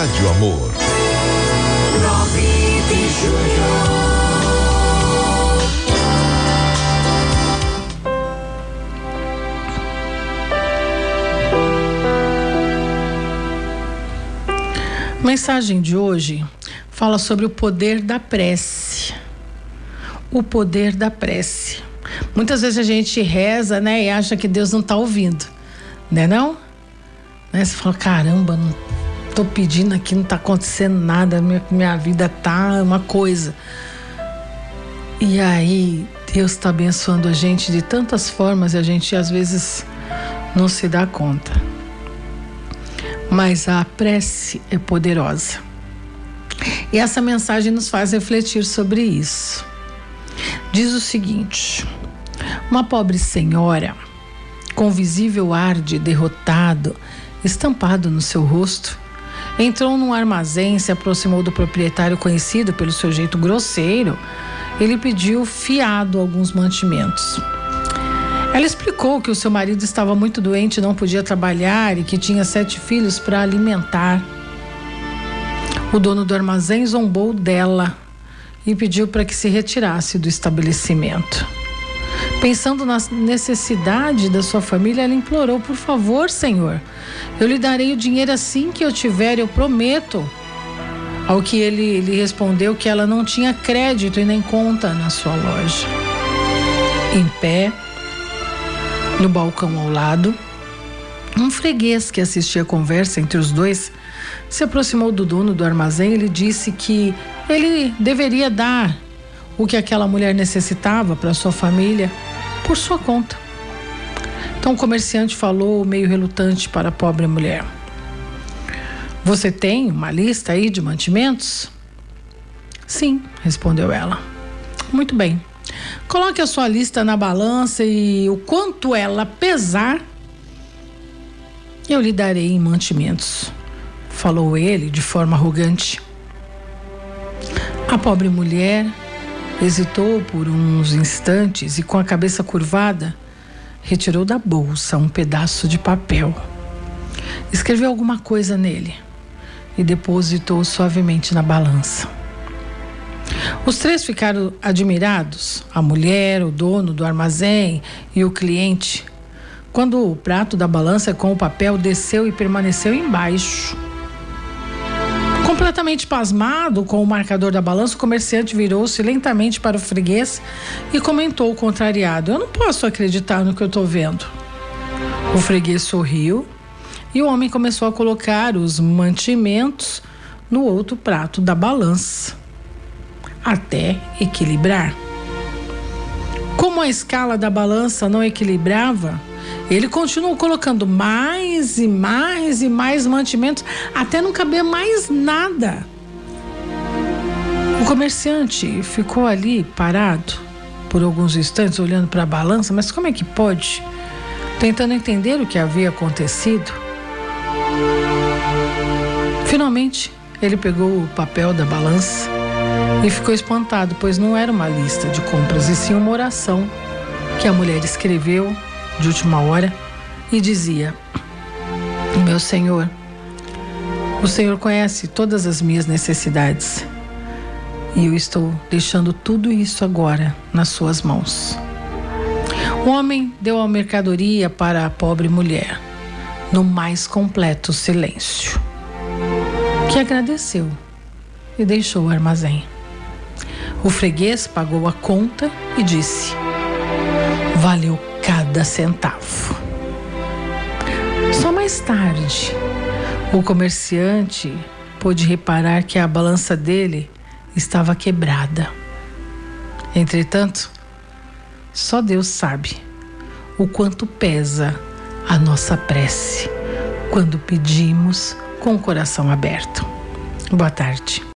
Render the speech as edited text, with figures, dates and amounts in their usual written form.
Rádio Amor. 9 de julho. A mensagem de hoje fala sobre o poder da prece. O poder da prece. Muitas vezes a gente reza, né, e acha que Deus não está ouvindo, né não? Né? Você fala, caramba, não tô pedindo aqui, não está acontecendo nada, minha vida tá uma coisa. E aí Deus está abençoando a gente de tantas formas e a gente às vezes não se dá conta. Mas a prece é poderosa. E essa mensagem nos faz refletir sobre isso. Diz o seguinte: uma pobre senhora, com visível ar de derrotado estampado no seu rosto, entrou num armazém, se aproximou do proprietário conhecido pelo seu jeito grosseiro. Ele pediu fiado alguns mantimentos. Ela explicou que o seu marido estava muito doente, não podia trabalhar e que tinha 7 filhos para alimentar. O dono do armazém zombou dela e pediu para que se retirasse do estabelecimento. Pensando na necessidade da sua família, ela implorou: por favor, senhor, eu lhe darei o dinheiro assim que eu tiver, eu prometo. Ao que ele lhe respondeu que ela não tinha crédito e nem conta na sua loja. Em pé, no balcão ao lado, um freguês que assistia a conversa entre os dois se aproximou do dono do armazém e lhe disse que ele deveria dar o que aquela mulher necessitava para sua família por sua conta. Então o comerciante falou meio relutante para a pobre mulher: você tem uma lista aí de mantimentos? Sim, respondeu ela. Muito bem. Coloque a sua lista na balança e o quanto ela pesar, eu lhe darei em mantimentos, falou ele de forma arrogante. A pobre mulher hesitou por uns instantes e, com a cabeça curvada, retirou da bolsa um pedaço de papel. Escreveu alguma coisa nele e depositou suavemente na balança. Os 3 ficaram admirados, a mulher, o dono do armazém e o cliente, quando o prato da balança com o papel desceu e permaneceu embaixo. Completamente pasmado com o marcador da balança, o comerciante virou-se lentamente para o freguês e comentou contrariado: eu não posso acreditar no que eu estou vendo. O freguês sorriu e o homem começou a colocar os mantimentos no outro prato da balança, até equilibrar. Como a escala da balança não equilibrava, ele continuou colocando mais e mais e mais mantimentos até não caber mais nada. O comerciante ficou ali parado por alguns instantes olhando para a balança, mas como é que pode? Tentando entender o que havia acontecido. Finalmente, ele pegou o papel da balança e ficou espantado, pois não era uma lista de compras, e sim uma oração que a mulher escreveu de última hora e dizia: meu Senhor, o Senhor conhece todas as minhas necessidades e eu estou deixando tudo isso agora nas suas mãos. O homem deu a mercadoria para a pobre mulher no mais completo silêncio, que agradeceu e deixou o armazém. O freguês pagou a conta e disse: valeu cada centavo. Só mais tarde, o comerciante pôde reparar que a balança dele estava quebrada. Entretanto, só Deus sabe o quanto pesa a nossa prece quando pedimos com o coração aberto. Boa tarde.